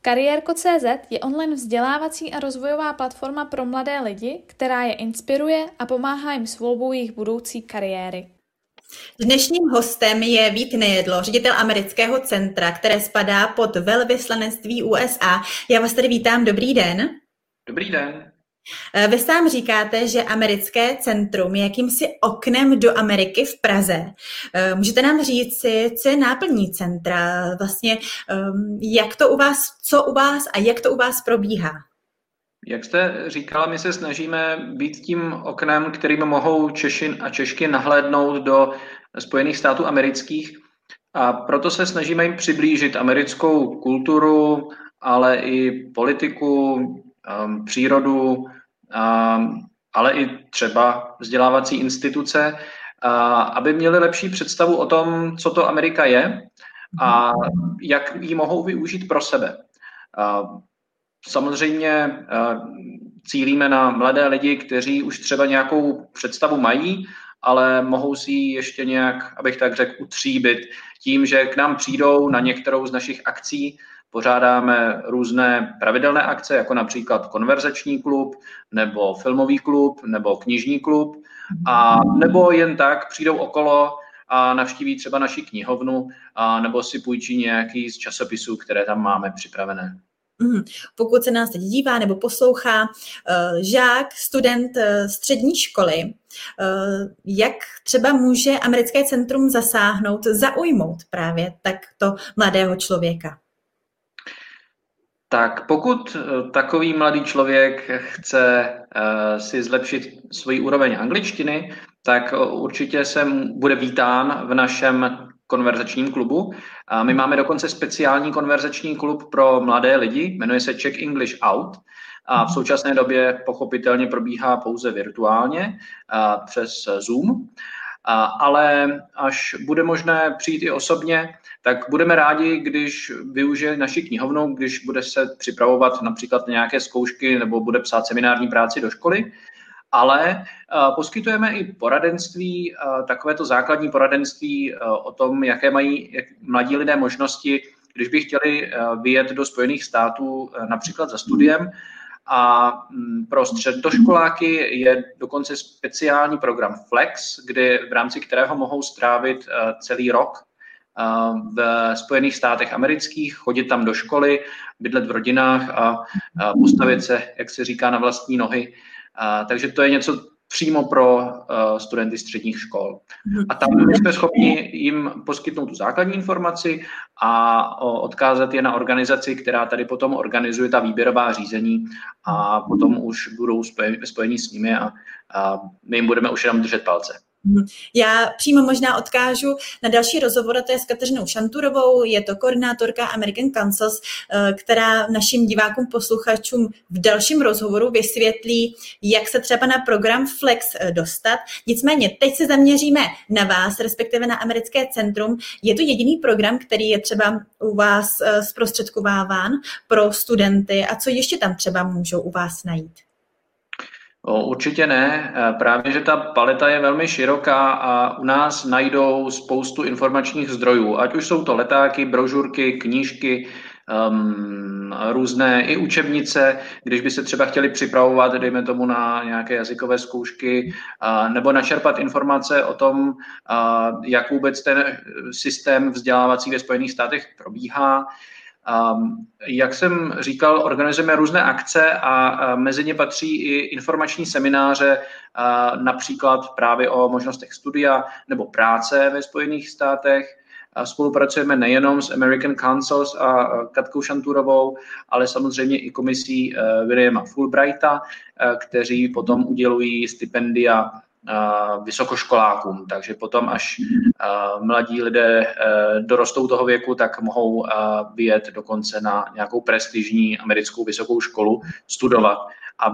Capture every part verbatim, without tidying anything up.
Kariérko tečka cé zet je online vzdělávací a rozvojová platforma pro mladé lidi, která je inspiruje a pomáhá jim s volbou jejich budoucí kariéry. Dnešním hostem je Vít Nejedlo, ředitel amerického centra, které spadá pod velvyslanectví U S A. Já vás tady vítám, dobrý den. Dobrý den. Vy sám říkáte, že americké centrum je jakýmsi oknem do Ameriky v Praze. Můžete nám říct, co je náplní centra, vlastně jak to u vás, co u vás a jak to u vás probíhá? Jak jste říkala, my se snažíme být tím oknem, kterým mohou Češi a Češky nahlédnout do Spojených států amerických, a proto se snažíme jim přiblížit americkou kulturu, ale i politiku, um, přírodu, um, ale i třeba vzdělávací instituce, uh, aby měli lepší představu o tom, co to Amerika je a jak ji mohou využít pro sebe. Uh, Samozřejmě uh, cílíme na mladé lidi, kteří už třeba nějakou představu mají, ale mohou si ji ještě nějak, abych tak řekl, utříbit tím, že k nám přijdou na některou z našich akcí. Pořádáme různé pravidelné akce, jako například konverzační klub, nebo filmový klub, nebo knižní klub, a nebo jen tak přijdou okolo a navštíví třeba naši knihovnu, a nebo si půjčí nějaký z časopisů, které tam máme připravené. Pokud se nás teď dívá nebo poslouchá žák, student střední školy, jak třeba může americké centrum zasáhnout, zaujmout právě takto mladého člověka? Tak pokud takový mladý člověk chce si zlepšit svoji úroveň angličtiny, tak určitě se bude vítán v našem konverzačním klubu. A my máme dokonce speciální konverzační klub pro mladé lidi, jmenuje se Czech English Out. A v současné době pochopitelně probíhá pouze virtuálně a přes Zoom. A, ale až bude možné přijít i osobně, tak budeme rádi, když využije naši knihovnu, když bude se připravovat například na nějaké zkoušky nebo bude psát seminární práci do školy. Ale uh, poskytujeme i poradenství, uh, takovéto základní poradenství uh, o tom, jaké mají jak mladí lidé možnosti, když by chtěli uh, vyjet do Spojených států uh, například za studiem. A um, pro středoškoláky je dokonce speciální program Flex, kdy, v rámci kterého mohou strávit uh, celý rok uh, v Spojených státech amerických, chodit tam do školy, bydlet v rodinách a uh, postavit se, jak se říká, na vlastní nohy. Uh, takže to je něco přímo pro uh, studenty středních škol. A tam my jsme schopni jim poskytnout tu základní informaci a o, odkázat je na organizaci, která tady potom organizuje ta výběrová řízení a potom už budou spojeni, spojení s nimi a, a my jim budeme už jenom držet palce. Já přímo možná odkážu na další rozhovor, a to je s Kateřinou Šanturovou, je to koordinátorka American Councils, která našim divákům, posluchačům v dalším rozhovoru vysvětlí, jak se třeba na program Flex dostat. Nicméně teď se zaměříme na vás, respektive na americké centrum. Je to jediný program, který je třeba u vás zprostředkováván pro studenty a co ještě tam třeba můžou u vás najít? Určitě ne, právě že ta paleta je velmi široká a u nás najdou spoustu informačních zdrojů, ať už jsou to letáky, brožurky, knížky, um, různé i učebnice, když by se třeba chtěli připravovat, dejme tomu, na nějaké jazykové zkoušky, uh, nebo načerpat informace o tom, uh, jak vůbec ten systém vzdělávací ve Spojených státech probíhá. Um, jak jsem říkal, organizujeme různé akce a uh, mezi ně patří i informační semináře, uh, například právě o možnostech studia nebo práce ve Spojených státech. Uh, spolupracujeme nejenom s American Councils a uh, Katkou Šanturovou, ale samozřejmě i komisí uh, Williama Fulbrighta, uh, kteří potom udělují stipendia vysokoškolákům, takže potom, až uh, mladí lidé uh, dorostou toho věku, tak mohou uh, vyjet dokonce na nějakou prestižní americkou vysokou školu studovat a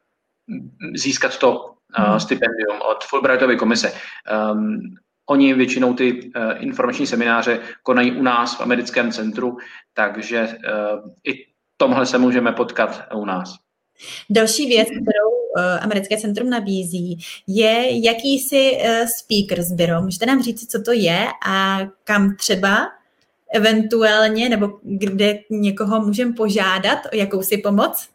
získat to uh, stipendium od Fulbrightovy komise. Um, oni většinou ty uh, informační semináře konají u nás v americkém centru, takže uh, i tomhle se můžeme potkat u nás. Další věc, kterou americké centrum nabízí, je jakýsi speakers bureau. Můžete nám říct, co to je a kam třeba eventuálně, nebo kde někoho můžeme požádat o jakousi pomoc?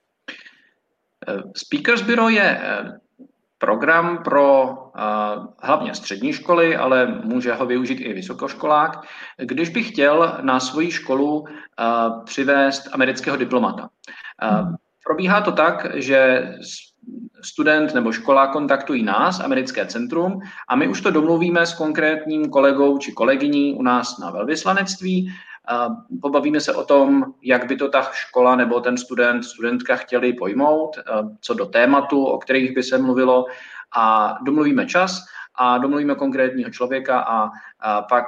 Speakers Bureau je program pro uh, hlavně střední školy, ale může ho využít i vysokoškolák, když by chtěl na svoji školu uh, přivést amerického diplomata. Uh, probíhá to tak, že student nebo škola kontaktují nás, americké centrum, a my už to domluvíme s konkrétním kolegou či kolegyní u nás na velvyslanectví. Pobavíme se o tom, jak by to ta škola nebo ten student, studentka chtěli pojmout, co do tématu, o kterých by se mluvilo, a domluvíme čas a domluvíme konkrétního člověka a, a pak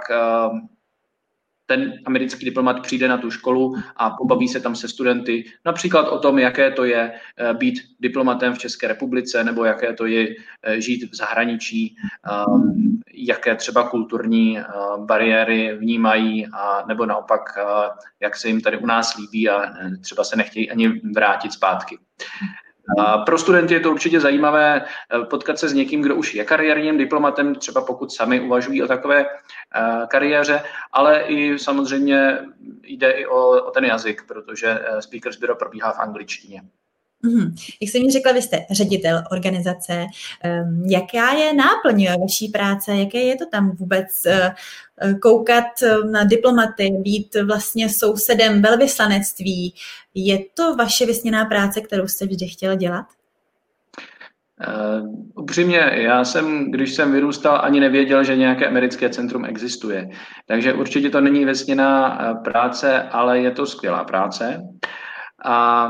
ten americký diplomat přijde na tu školu a pobaví se tam se studenty například o tom, jaké to je být diplomatem v České republice, nebo jaké to je žít v zahraničí, jaké třeba kulturní bariéry vnímají, a nebo naopak, jak se jim tady u nás líbí a třeba se nechtějí ani vrátit zpátky. Pro studenty je to určitě zajímavé potkat se s někým, kdo už je kariérním diplomatem, třeba pokud sami uvažují o takové kariéře, ale i samozřejmě jde i o, o ten jazyk, protože Speakers Bureau probíhá v angličtině. Mm-hmm. Jak jsem mi řekla, vy jste ředitel organizace. Jaká je náplň vaší práce? Jaké je to tam vůbec koukat na diplomaty, být vlastně sousedem velvyslanectví? Je to vaše vysněná práce, kterou jste vždy chtěla dělat? Uh, upřímně, já jsem, když jsem vyrůstal, ani nevěděl, že nějaké americké centrum existuje. Takže určitě to není vysněná práce, ale je to skvělá práce. A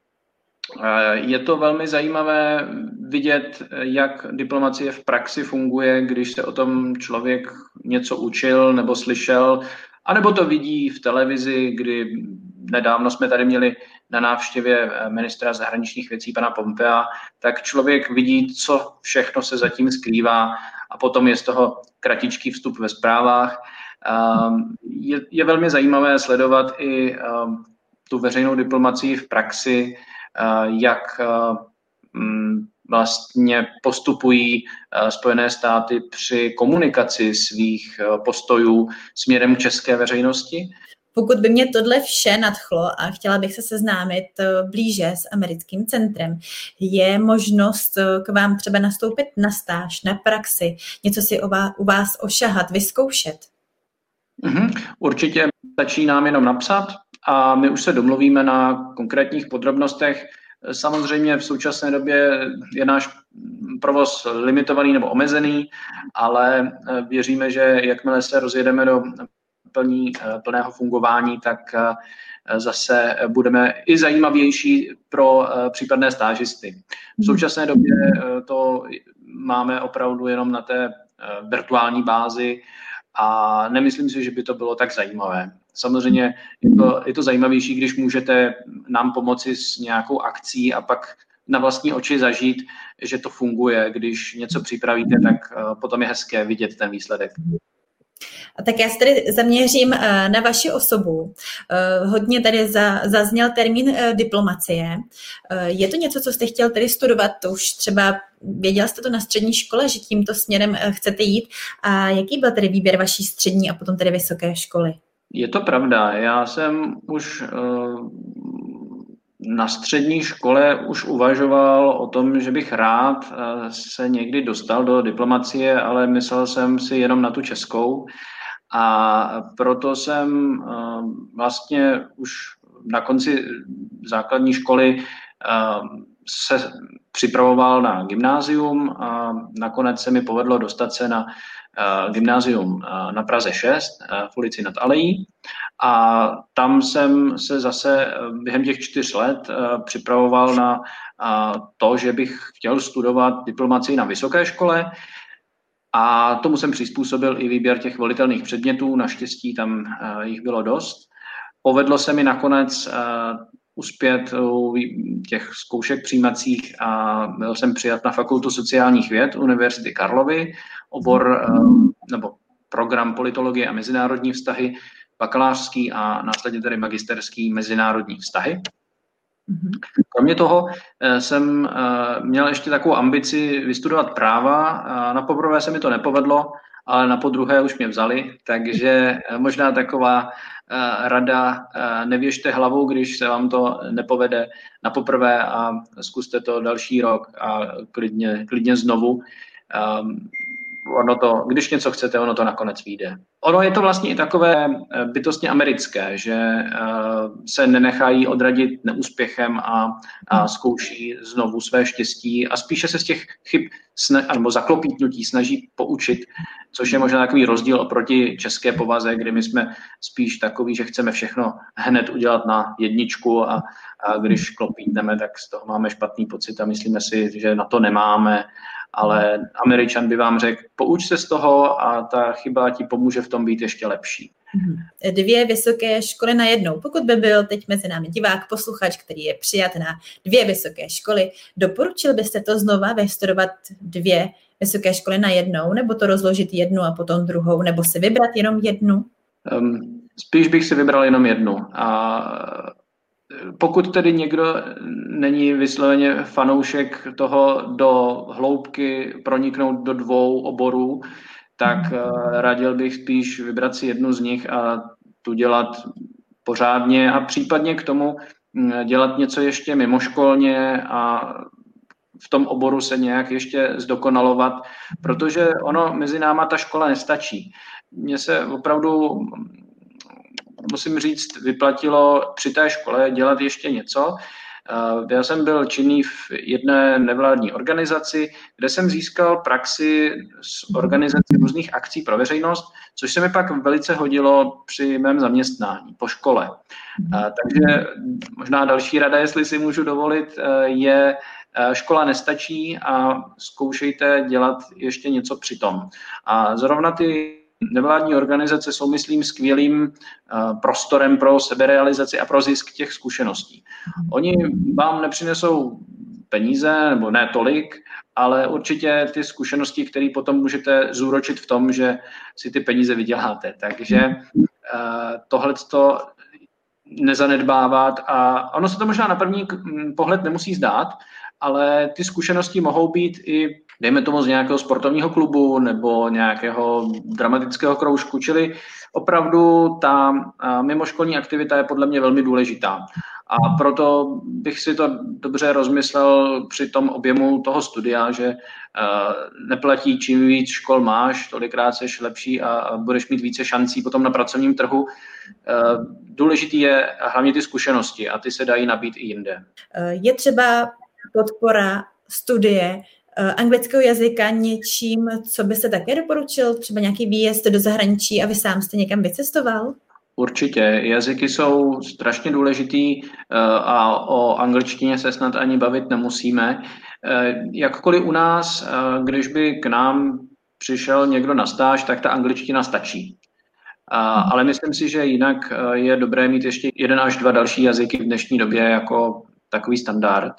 je to velmi zajímavé vidět, jak diplomacie v praxi funguje, když se o tom člověk něco učil nebo slyšel, anebo to vidí v televizi, kdy nedávno jsme tady měli na návštěvě ministra zahraničních věcí pana Pompea, tak člověk vidí, co všechno se zatím skrývá, a potom je z toho kratičký vstup ve zprávách. Je, je velmi zajímavé sledovat i tu veřejnou diplomacii v praxi, jak vlastně postupují Spojené státy při komunikaci svých postojů směrem k české veřejnosti. Pokud by mě tohle vše nadchlo a chtěla bych se seznámit blíže s americkým centrem, je možnost k vám třeba nastoupit na stáž, na praxi, něco si u vás ošahat, vyzkoušet? Mhm, určitě stačí nám jenom napsat a my už se domluvíme na konkrétních podrobnostech. Samozřejmě v současné době je náš provoz limitovaný nebo omezený, ale věříme, že jakmile se rozjedeme do plní, plného fungování, tak zase budeme i zajímavější pro případné stážisty. V současné době to máme opravdu jenom na té virtuální bázi a nemyslím si, že by to bylo tak zajímavé. Samozřejmě je to, je to zajímavější, když můžete nám pomoci s nějakou akcí a pak na vlastní oči zažít, že to funguje. Když něco připravíte, tak potom je hezké vidět ten výsledek. A tak já se tady zaměřím na vaši osobu. Hodně tady zazněl termín diplomacie. Je to něco, co jste chtěl tady studovat? To už třeba věděl jste to na střední škole, že tímto směrem chcete jít? A jaký byl tedy výběr vaší střední a potom tedy vysoké školy? Je to pravda. Já jsem už na střední škole už uvažoval o tom, že bych rád se někdy dostal do diplomacie, ale myslel jsem si jenom na tu českou. A proto jsem vlastně už na konci základní školy se připravoval na gymnázium a nakonec se mi povedlo dostat se na gymnázium na Praze šest v ulici Nad Alejí. A tam jsem se zase během těch čtyř let připravoval na to, že bych chtěl studovat diplomacii na vysoké škole. A tomu jsem přizpůsobil i výběr těch volitelných předmětů. Naštěstí tam jich bylo dost. Povedlo se mi nakonec uspět u těch zkoušek přijímacích a byl jsem přijat na Fakultu sociálních věd Univerzity Karlovy, obor nebo program politologie a mezinárodní vztahy, bakalářský a následně tedy magisterský mezinárodní vztahy. Kromě toho jsem měl ještě takovou ambici vystudovat práva. Na poprvé se mi to nepovedlo, ale na podruhé už mě vzali, takže možná taková rada, nevěžte hlavou, když se vám to nepovede na poprvé a zkuste to další rok a klidně, klidně znovu. Ono to, když něco chcete, ono to nakonec vyjde. Ono je to vlastně i takové bytostně americké, že se nenechají odradit neúspěchem a, a zkouší znovu své štěstí a spíše se z těch chyb nebo zaklopítnutí snaží poučit, což je možná takový rozdíl oproti české povaze, kdy my jsme spíš takový, že chceme všechno hned udělat na jedničku a, a když klopítneme, tak z toho máme špatný pocit a myslíme si, že na to nemáme. Ale Američan by vám řekl, pouč se z toho a ta chyba ti pomůže v tom být ještě lepší. Dvě vysoké školy najednou. Pokud by byl teď mezi námi divák, posluchač, který je přijat na dvě vysoké školy, doporučil byste to znova vystudovat dvě vysoké školy najednou, nebo to rozložit jednu a potom druhou, nebo si vybrat jenom jednu? Um, spíš bych si vybral jenom jednu. A pokud tedy někdo není vysloveně fanoušek toho do hloubky proniknout do dvou oborů, tak radil bych spíš vybrat si jednu z nich a tu dělat pořádně a případně k tomu dělat něco ještě mimoškolně a v tom oboru se nějak ještě zdokonalovat, protože ono mezi náma ta škola nestačí. Mně se opravdu, musím říct, vyplatilo při té škole dělat ještě něco. Já jsem byl činný v jedné nevládní organizaci, kde jsem získal praxi s organizací různých akcí pro veřejnost, což se mi pak velice hodilo při mém zaměstnání po škole. Takže možná další rada, jestli si můžu dovolit, je škola nestačí a zkoušejte dělat ještě něco přitom. A zrovna ty nevládní organizace jsou, myslím, skvělým prostorem pro seberealizaci a pro zisk těch zkušeností. Oni vám nepřinesou peníze, nebo ne tolik, ale určitě ty zkušenosti, které potom můžete zúročit v tom, že si ty peníze vyděláte. Takže tohleto nezanedbávat a ono se to možná na první pohled nemusí zdát, ale ty zkušenosti mohou být i, dejme tomu, z nějakého sportovního klubu nebo nějakého dramatického kroužku, čili opravdu ta mimoškolní aktivita je podle mě velmi důležitá. A proto bych si to dobře rozmyslel při tom objemu toho studia, že neplatí, čím víc škol máš, tolikrát seš lepší a budeš mít více šancí potom na pracovním trhu. Důležitý je hlavně ty zkušenosti a ty se dají nabít i jinde. Je třeba podpora studie anglického jazyka něčím, co byste také doporučil? Třeba nějaký výjezd do zahraničí a vy sám jste někam vycestoval? Určitě. Jazyky jsou strašně důležitý a o angličtině se snad ani bavit nemusíme. Jakkoliv u nás, když by k nám přišel někdo na stáž, tak ta angličtina stačí. Ale myslím si, že jinak je dobré mít ještě jeden až dva další jazyky v dnešní době jako takový standard.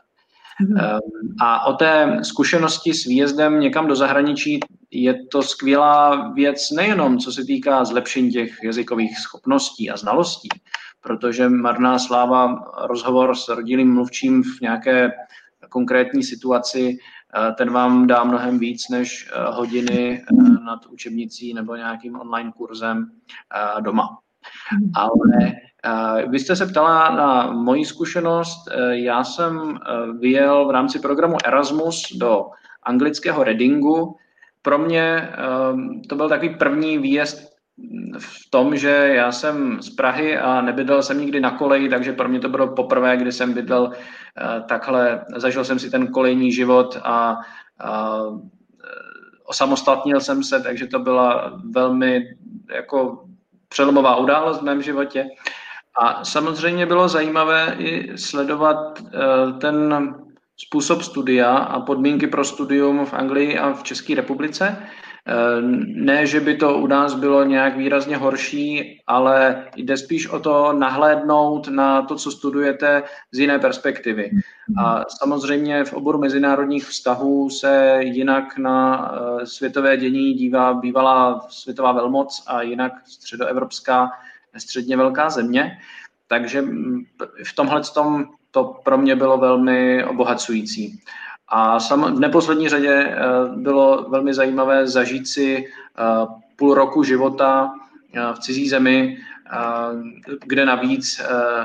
A o té zkušenosti s výjezdem někam do zahraničí je to skvělá věc nejenom co se týká zlepšení těch jazykových schopností a znalostí, protože marná sláva rozhovor s rodilým mluvčím v nějaké konkrétní situaci, ten vám dá mnohem víc než hodiny nad učebnicí nebo nějakým online kurzem doma. Ale vy jste se ptala na moji zkušenost. Já jsem vyjel v rámci programu Erasmus do anglického Readingu. Pro mě to byl takový první výjezd v tom, že já jsem z Prahy a nebydlel jsem nikdy na koleji, takže pro mě to bylo poprvé, kdy jsem bydlel takhle, zažil jsem si ten kolejní život a, a osamostatnil jsem se, takže to byla velmi jako přelomová událost v mém životě. A samozřejmě bylo zajímavé i sledovat ten způsob studia a podmínky pro studium v Anglii a v České republice. Ne, že by to u nás bylo nějak výrazně horší, ale jde spíš o to nahlédnout na to, co studujete z jiné perspektivy. A samozřejmě v oboru mezinárodních vztahů se jinak na světové dění dívá bývalá světová velmoc a jinak středoevropská, středně velká země. Takže v tomhle tom to pro mě bylo velmi obohacující. A sam, v neposlední řadě bylo velmi zajímavé zažít si půl roku života v cizí zemi, kde navíc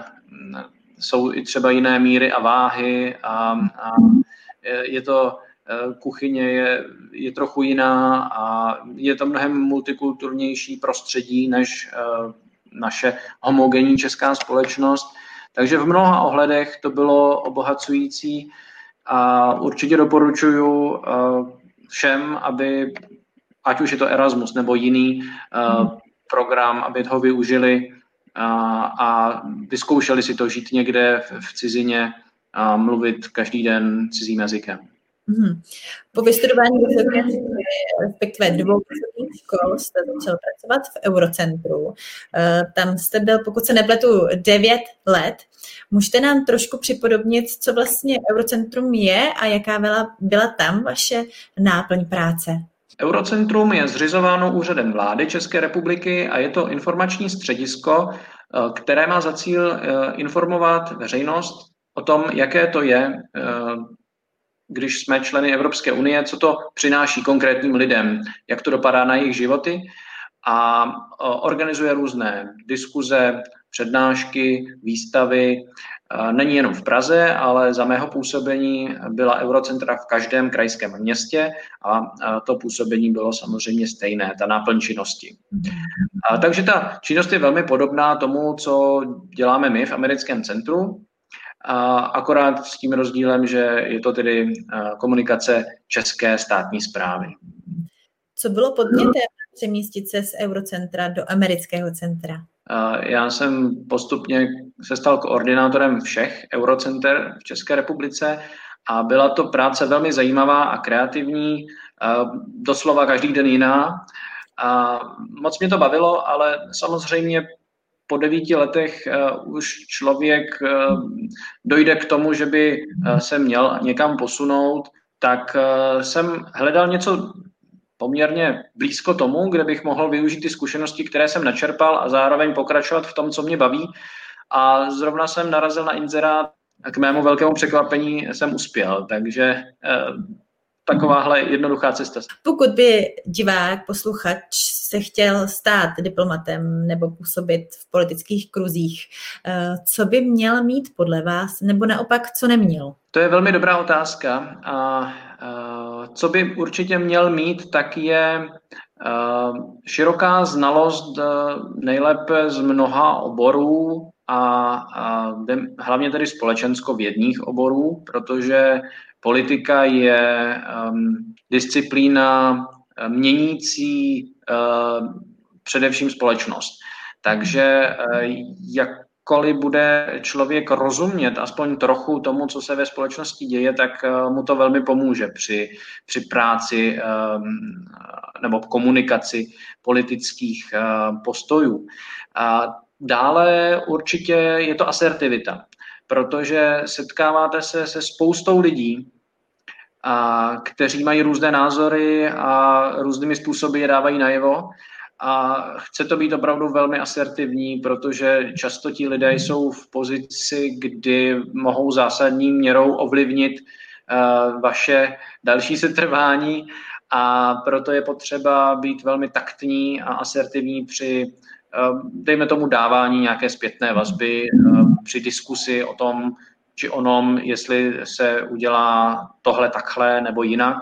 jsou i třeba jiné míry a váhy a, a je to kuchyně je, je trochu jiná a je to mnohem multikulturnější prostředí než naše homogenní česká společnost. Takže v mnoha ohledech to bylo obohacující a určitě doporučuji všem, aby, ať už je to Erasmus nebo jiný program, aby ho využili a, a vyzkoušeli si to žít někde v, v cizině a mluvit každý den cizím jazykem. Hmm. Po vystudování vysoké školy, respektive dvou vysokých škol, jste začal pracovat v Eurocentru. Tam jste byl, pokud se nepletu, devět let. Můžete nám trošku připodobnit, co vlastně Eurocentrum je a jaká byla, byla tam vaše náplň práce? Eurocentrum je zřizováno úřadem vlády České republiky a je to informační středisko, které má za cíl informovat veřejnost o tom, jaké to je, když jsme členy Evropské unie, co to přináší konkrétním lidem, jak to dopadá na jejich životy a organizuje různé diskuze, přednášky, výstavy. Není jenom v Praze, ale za mého působení byla Eurocentra v každém krajském městě a to působení bylo samozřejmě stejné, ta náplň činnosti. A takže ta činnost je velmi podobná tomu, co děláme my v americkém centru, a akorát s tím rozdílem, že je to tedy komunikace české státní správy. Co bylo podnětem přemístit se z Eurocentra do amerického centra? Já jsem postupně se stal koordinátorem všech Eurocenter v České republice a byla to práce velmi zajímavá a kreativní, doslova každý den jiná. A moc mě to bavilo, ale samozřejmě po devíti letech uh, už člověk uh, dojde k tomu, že by uh, se měl někam posunout, tak uh, jsem hledal něco poměrně blízko tomu, kde bych mohl využít ty zkušenosti, které jsem načerpal a zároveň pokračovat v tom, co mě baví. A zrovna jsem narazil na inzerát a k mému velkému překvapení jsem uspěl, takže uh, takováhle jednoduchá cesta. Pokud by divák, posluchač se chtěl stát diplomatem nebo působit v politických kruzích, co by měl mít podle vás, nebo naopak, co neměl? To je velmi dobrá otázka. A co by určitě měl mít, tak je široká znalost nejlépe z mnoha oborů a hlavně tedy společensko-vědních oborů, protože politika je um, disciplína měnící uh, především společnost. Takže uh, jakkoliv bude člověk rozumět aspoň trochu tomu, co se ve společnosti děje, tak uh, mu to velmi pomůže při, při práci um, nebo komunikaci politických uh, postojů. A dále určitě je to asertivita, protože setkáváte se se spoustou lidí, a kteří mají různé názory a různými způsoby je dávají najevo. A chce to být opravdu velmi asertivní, protože často ti lidé jsou v pozici, kdy mohou zásadní měrou ovlivnit uh, vaše další setrvání a proto je potřeba být velmi taktní a asertivní při, uh, dejme tomu, dávání nějaké zpětné vazby, uh, při diskusi o tom, či onom, jestli se udělá tohle takhle nebo jinak.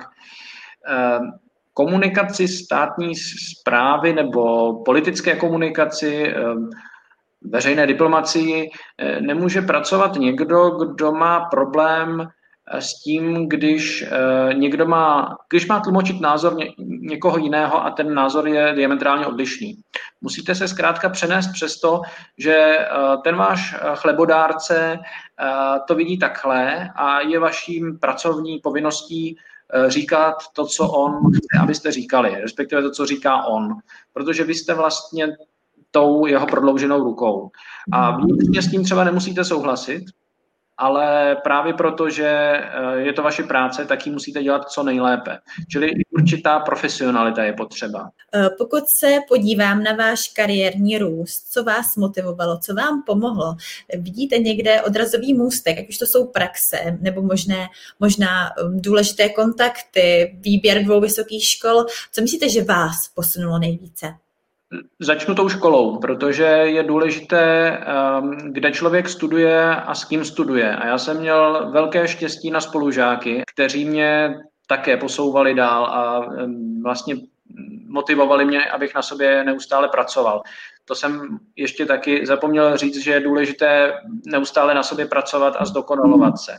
Komunikaci státní správy nebo politické komunikaci, veřejné diplomacii nemůže pracovat někdo, kdo má problém s tím, když někdo má, když má tlumočit názor ně, někoho jiného a ten názor je diametrálně odlišný. Musíte se zkrátka přenést přes to, že ten váš chlebodárce to vidí takhle a je vaším pracovní povinností říkat to, co on chce, abyste říkali, respektive to, co říká on, protože vy jste vlastně tou jeho prodlouženou rukou. A vnitřně s tím třeba nemusíte souhlasit, ale právě proto, že je to vaše práce, tak ji musíte dělat co nejlépe. Čili určitá profesionalita je potřeba. Pokud se podívám na váš kariérní růst, co vás motivovalo, co vám pomohlo? Vidíte někde odrazový můstek, ať už to jsou praxe, nebo možné, možná důležité kontakty, výběr dvou vysokých škol? Co myslíte, že vás posunulo nejvíce? Začnu tou školou, protože je důležité, kde člověk studuje a s kým studuje. A já jsem měl velké štěstí na spolužáky, kteří mě také posouvali dál a vlastně motivovali mě, abych na sobě neustále pracoval. To jsem ještě taky zapomněl říct, že je důležité neustále na sobě pracovat a zdokonalovat se.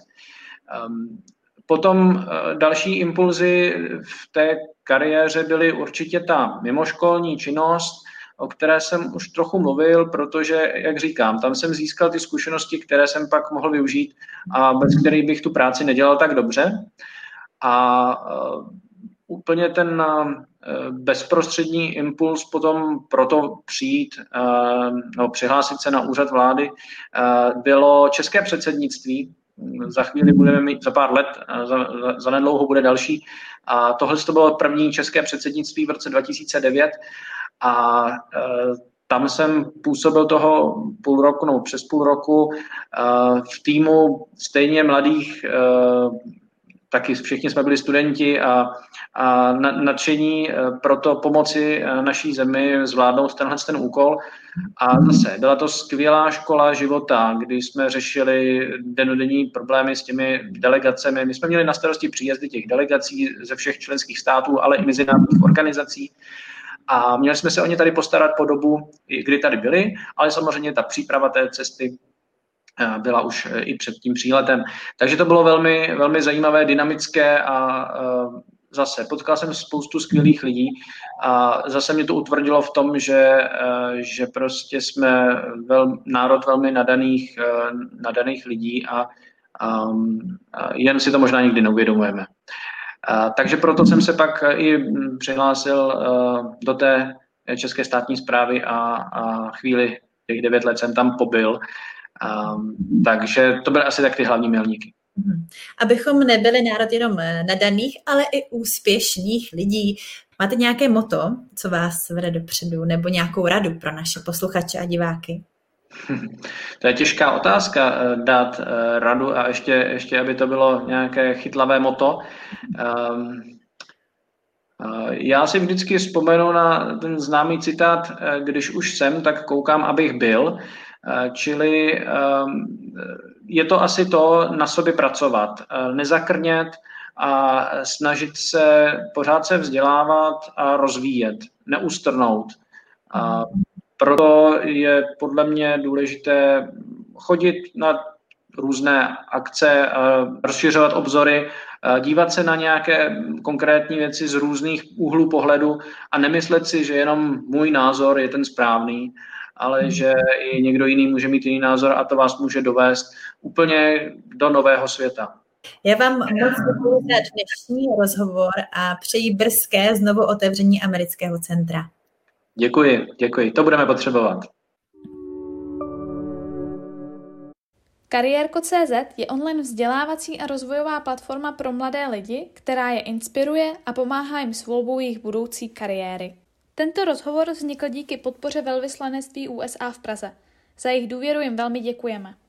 Potom další impulzy v té kariéře byly určitě ta mimoškolní činnost, o které jsem už trochu mluvil, protože, jak říkám, tam jsem získal ty zkušenosti, které jsem pak mohl využít a bez kterých bych tu práci nedělal tak dobře. A uh, úplně ten uh, bezprostřední impuls potom proto přijít, uh, no, přihlásit se na úřad vlády, uh, bylo české předsednictví. Za chvíli budeme mít, za pár let, za, za, za nedlouho bude další. A tohle to bylo první české předsednictví v roce dva tisíce devět a e, tam jsem působil toho půl roku, no přes půl roku e, v týmu stejně mladých, e, taky všichni jsme byli studenti a, a nadšení pro to pomoci naší zemi zvládnout tenhle ten úkol. A zase byla to skvělá škola života, kdy jsme řešili dennodenní problémy s těmi delegacemi. My jsme měli na starosti příjezdy těch delegací ze všech členských států, ale i mezinárodních organizací. A měli jsme se o ně tady postarat po dobu, kdy tady byli, ale samozřejmě ta příprava té cesty byla už i před tím příletem. Takže to bylo velmi, velmi zajímavé, dynamické a zase potkal jsem spoustu skvělých lidí a zase mě to utvrdilo v tom, že, že prostě jsme vel, národ velmi nadaných, nadaných lidí a, a, a jen si to možná nikdy neuvědomujeme. A, takže proto jsem se pak i přihlásil do té české státní správy a, a chvíli, těch devět let jsem tam pobyl. Um, takže to byly asi tak ty hlavní milníky. Abychom nebyli národ jenom nadaných, ale i úspěšných lidí. Máte nějaké motto, co vás vede dopředu, nebo nějakou radu pro naše posluchače a diváky? To je těžká otázka, dát radu a ještě, ještě aby to bylo nějaké chytlavé motto. Um, Já si vždycky vzpomenu na ten známý citát, když už jsem, tak koukám, abych byl. Čili je to asi to na sobě pracovat, nezakrnět a snažit se pořád se vzdělávat a rozvíjet, neustrnout. A proto je podle mě důležité chodit na různé akce, rozšiřovat obzory, dívat se na nějaké konkrétní věci z různých úhlů pohledu a nemyslet si, že jenom můj názor je ten správný, ale že i někdo jiný může mít jiný názor a to vás může dovést úplně do nového světa. Já vám moc děkuji za dnešní rozhovor a přeji brzké znovu otevření amerického centra. Děkuji, děkuji. To budeme potřebovat. Kariérko tečka cé zet je online vzdělávací a rozvojová platforma pro mladé lidi, která je inspiruje a pomáhá jim s volbou jejich budoucí kariéry. Tento rozhovor vznikl díky podpoře velvyslanectví U S A v Praze. Za jejich důvěru jim velmi děkujeme.